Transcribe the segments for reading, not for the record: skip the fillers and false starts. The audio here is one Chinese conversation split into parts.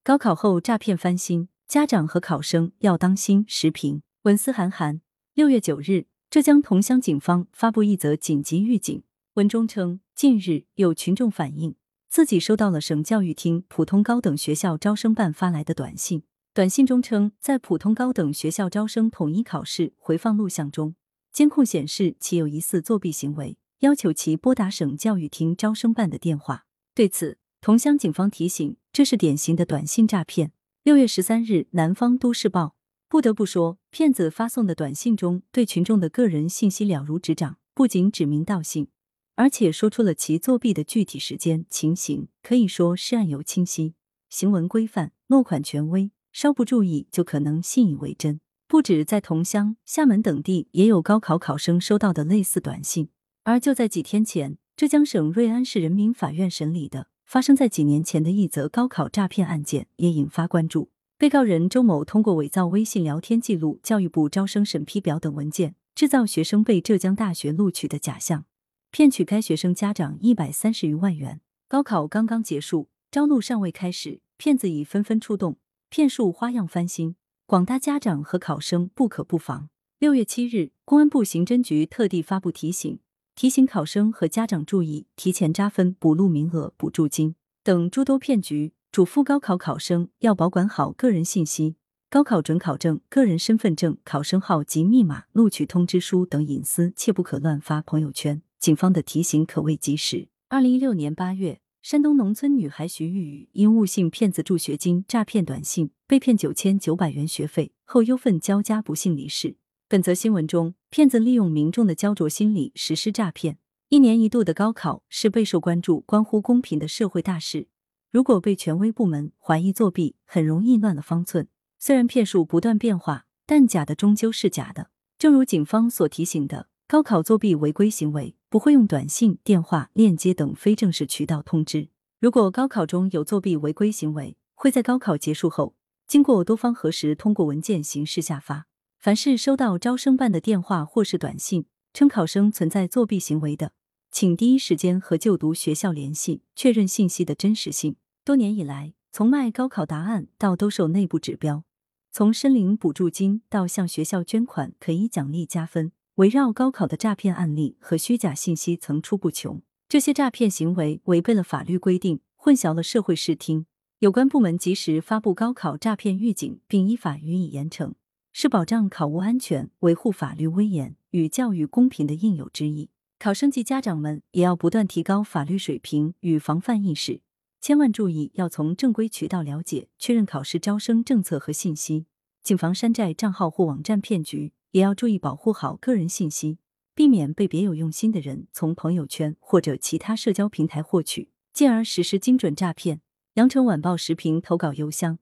高考后诈骗翻新，家长和考生要当心。时评文思涵涵。6月9日，浙江桐乡警方发布一则紧急预警。文中称，近日有群众反映，自己收到了省教育厅普通高等学校招生办发来的短信。短信中称，在普通高等学校招生统一考试回放录像中，监控显示其有疑似作弊行为，要求其拨打省教育厅招生办的电话。对此，桐乡警方提醒，这是典型的短信诈骗。6月13日，南方都市报。不得不说，骗子发送的短信中对群众的个人信息了如指掌，不仅指名道姓，而且说出了其作弊的具体时间、情形，可以说是案由清晰，行文规范，落款权威，稍不注意就可能信以为真。不止在桐乡、厦门等地也有高考考生收到的类似短信。而就在几天前，浙江省瑞安市人民法院审理的发生在几年前的一则高考诈骗案件也引发关注。被告人周某通过伪造微信聊天记录、教育部招生审批表等文件，制造学生被浙江大学录取的假象，骗取该学生家长130余万元。高考刚刚结束，招录尚未开始，骗子已纷纷出动，骗术花样翻新，广大家长和考生不可不防。6月7日，公安部刑侦局特地发布提醒考生和家长注意提前扎分补录名额、补助金等诸多骗局，嘱咐高考考生要保管好个人信息，高考准考证、个人身份证、考生号及密码、录取通知书等隐私切不可乱发朋友圈。警方的提醒可谓及时。2016年8月，山东农村女孩徐玉玉因误信骗子助学金诈骗短信，被骗9900元学费后忧愤交加，不幸离世。本则新闻中，骗子利用民众的焦灼心理实施诈骗。1年1度的高考是备受关注、关乎公平的社会大事，如果被权威部门怀疑作弊，很容易乱了方寸。虽然骗术不断变化，但假的终究是假的。正如警方所提醒的，高考作弊违规行为不会用短信、电话、链接等非正式渠道通知。如果高考中有作弊违规行为，会在高考结束后，经过多方核实，通过文件形式下发。凡是收到招生办的电话或是短信，称考生存在作弊行为的，请第一时间和就读学校联系，确认信息的真实性。多年以来，从卖高考答案到兜售内部指标，从申领补助金到向学校捐款可以奖励加分，围绕高考的诈骗案例和虚假信息层出不穷。这些诈骗行为违背了法律规定，混淆了社会视听。有关部门及时发布高考诈骗预警，并依法予以严惩，是保障考务安全、维护法律威严与教育公平的应有之义。考生及家长们也要不断提高法律水平与防范意识，千万注意要从正规渠道了解、确认考试招生政策和信息，谨防山寨账号或网站骗局，也要注意保护好个人信息，避免被别有用心的人从朋友圈或者其他社交平台获取，进而实施精准诈骗。羊城晚报时评投稿邮箱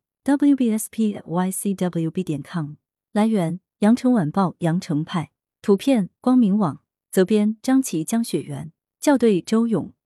wbsp@ycwb.com。 来源：羊城晚报羊城派，图片：光明网，责编：张琪、江雪源，校对：周勇。